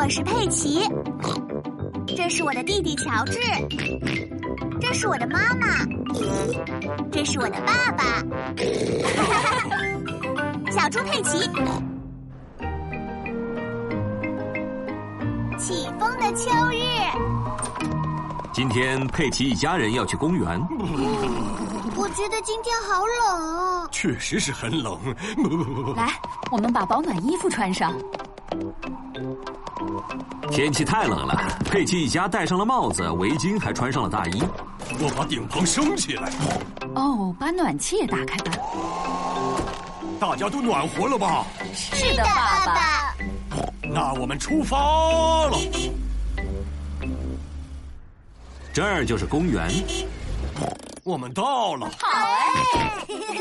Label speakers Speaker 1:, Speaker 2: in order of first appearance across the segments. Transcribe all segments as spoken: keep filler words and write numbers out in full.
Speaker 1: 我是佩奇，这是我的弟弟乔治，这是我的妈妈，这是我的爸爸，小猪佩奇。起风的秋日，
Speaker 2: 今天佩奇一家人要去公园。
Speaker 1: 我觉得今天好冷啊！
Speaker 3: 确实是很冷。
Speaker 4: 来，我们把保暖衣服穿上。
Speaker 2: 天气太冷了，佩奇一家戴上了帽子、围巾，还穿上了大衣。
Speaker 3: 我把顶棚升起来。
Speaker 4: 哦，把暖气也打开吧。
Speaker 3: 大家都暖和了吧？
Speaker 4: 是的，爸爸。
Speaker 3: 那我们出发了。
Speaker 2: 这儿就是公园。
Speaker 3: 我们到了。
Speaker 4: 好哎！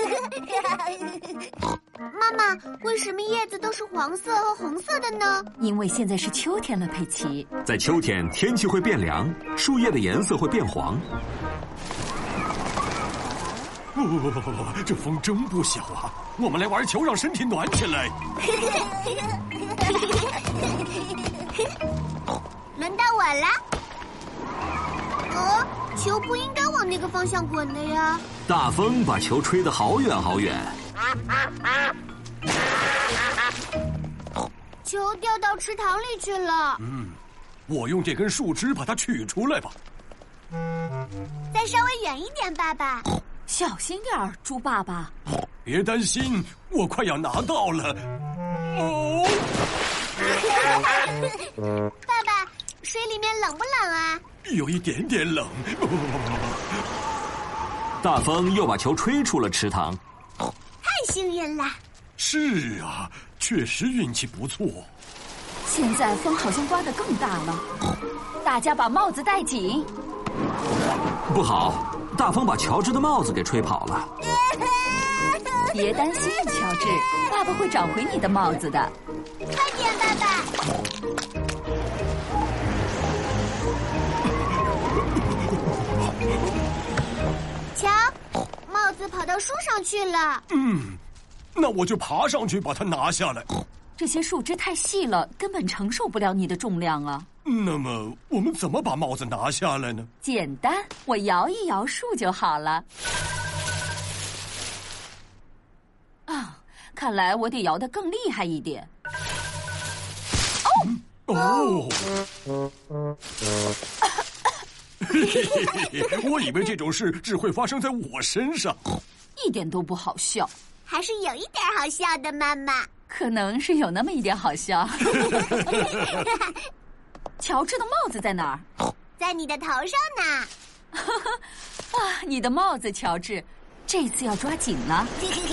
Speaker 1: 妈妈，为什么叶子都是黄色和红色的呢？
Speaker 4: 因为现在是秋天了，佩奇。
Speaker 2: 在秋天，天气会变凉，树叶的颜色会变黄。
Speaker 3: 哦，这风真不小啊！我们来玩球，让身体暖起来。
Speaker 1: 轮到我了。哦，球不应该往那个方向滚的呀。
Speaker 2: 大风把球吹得好远好远。
Speaker 1: 球掉到池塘里去了。
Speaker 3: 嗯，我用这根树枝把它取出来吧。
Speaker 1: 再稍微远一点，爸爸。
Speaker 4: 小心点儿，猪爸爸。
Speaker 3: 别担心，我快要拿到了。哦，
Speaker 1: 爸爸，水里面冷不冷啊？
Speaker 3: 有一点点冷。
Speaker 2: 大风又把球吹出了池塘。
Speaker 1: 太幸运了。
Speaker 3: 是啊，确实运气不错。
Speaker 4: 现在风好像刮得更大了，大家把帽子戴紧。
Speaker 2: 不好，大风把乔治的帽子给吹跑了。
Speaker 4: 别担心，乔治，爸爸会找回你的帽子的。
Speaker 1: 快点，爸爸！瞧，帽子跑到树上去了。
Speaker 3: 嗯，那我就爬上去把它拿下来。
Speaker 4: 这些树枝太细了，根本承受不了你的重量啊。
Speaker 3: 那么我们怎么把帽子拿下来呢？
Speaker 4: 简单，我摇一摇树就好了。啊，看来我得摇得更厉害一点。
Speaker 3: 哦！哦！嘿嘿嘿嘿，我以为这种事只会发生在我身上。
Speaker 4: 一点都不好笑。
Speaker 1: 还是有一点好笑的，妈妈。
Speaker 4: 可能是有那么一点好笑。乔治的帽子在哪儿？
Speaker 1: 在你的头上呢。
Speaker 4: 啊，你的帽子，乔治，这次要抓紧了。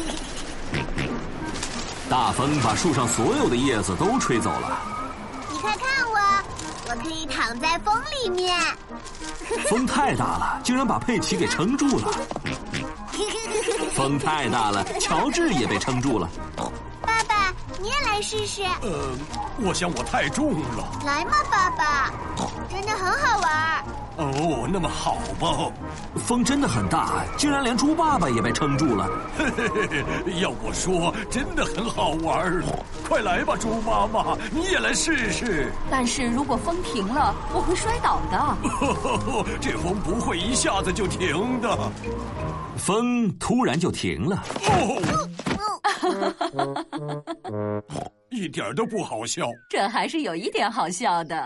Speaker 2: 大风把树上所有的叶子都吹走了。
Speaker 1: 你快看我，我可以躺在风里面。
Speaker 2: 风太大了，竟然把佩奇给撑住了。风太大了，乔治也被撑住了。
Speaker 1: 爸爸，你也来试试。
Speaker 3: 呃，我想我太重了。
Speaker 1: 来嘛，爸爸，真的很好玩。
Speaker 3: 哦，那么好吧。
Speaker 2: 风真的很大，竟然连猪爸爸也被撑住了。
Speaker 3: 嘿嘿嘿，要我说，真的很好玩。快来吧，猪妈妈，你也来试试。
Speaker 4: 但是如果风停了，我会摔倒的。
Speaker 3: 这风不会一下子就停的。
Speaker 2: 风突然就停了。
Speaker 3: 哦，一点都不好笑。
Speaker 4: 这还是有一点好笑的。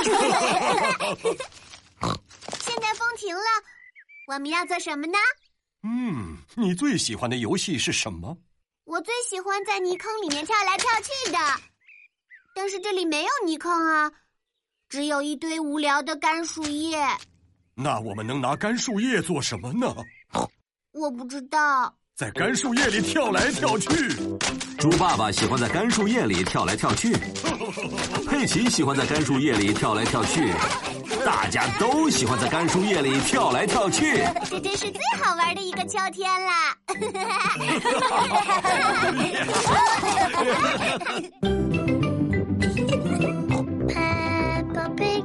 Speaker 1: 现在风停了，我们要做什么呢？
Speaker 3: 嗯，你最喜欢的游戏是什么？
Speaker 1: 我最喜欢在泥坑里面跳来跳去的，但是这里没有泥坑啊，只有一堆无聊的干树叶。
Speaker 3: 那我们能拿干树叶做什么呢？
Speaker 1: 我不知道。
Speaker 3: 在干树叶里跳来跳去。
Speaker 2: 猪爸爸喜欢在干树叶里跳来跳去，佩奇喜欢在干树叶里跳来跳去，大家都喜欢在干树叶里跳来跳去。
Speaker 1: 这真是最好玩的一个秋天啦！Peppa Pig.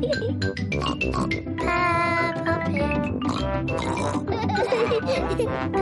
Speaker 1: Peppa Pig.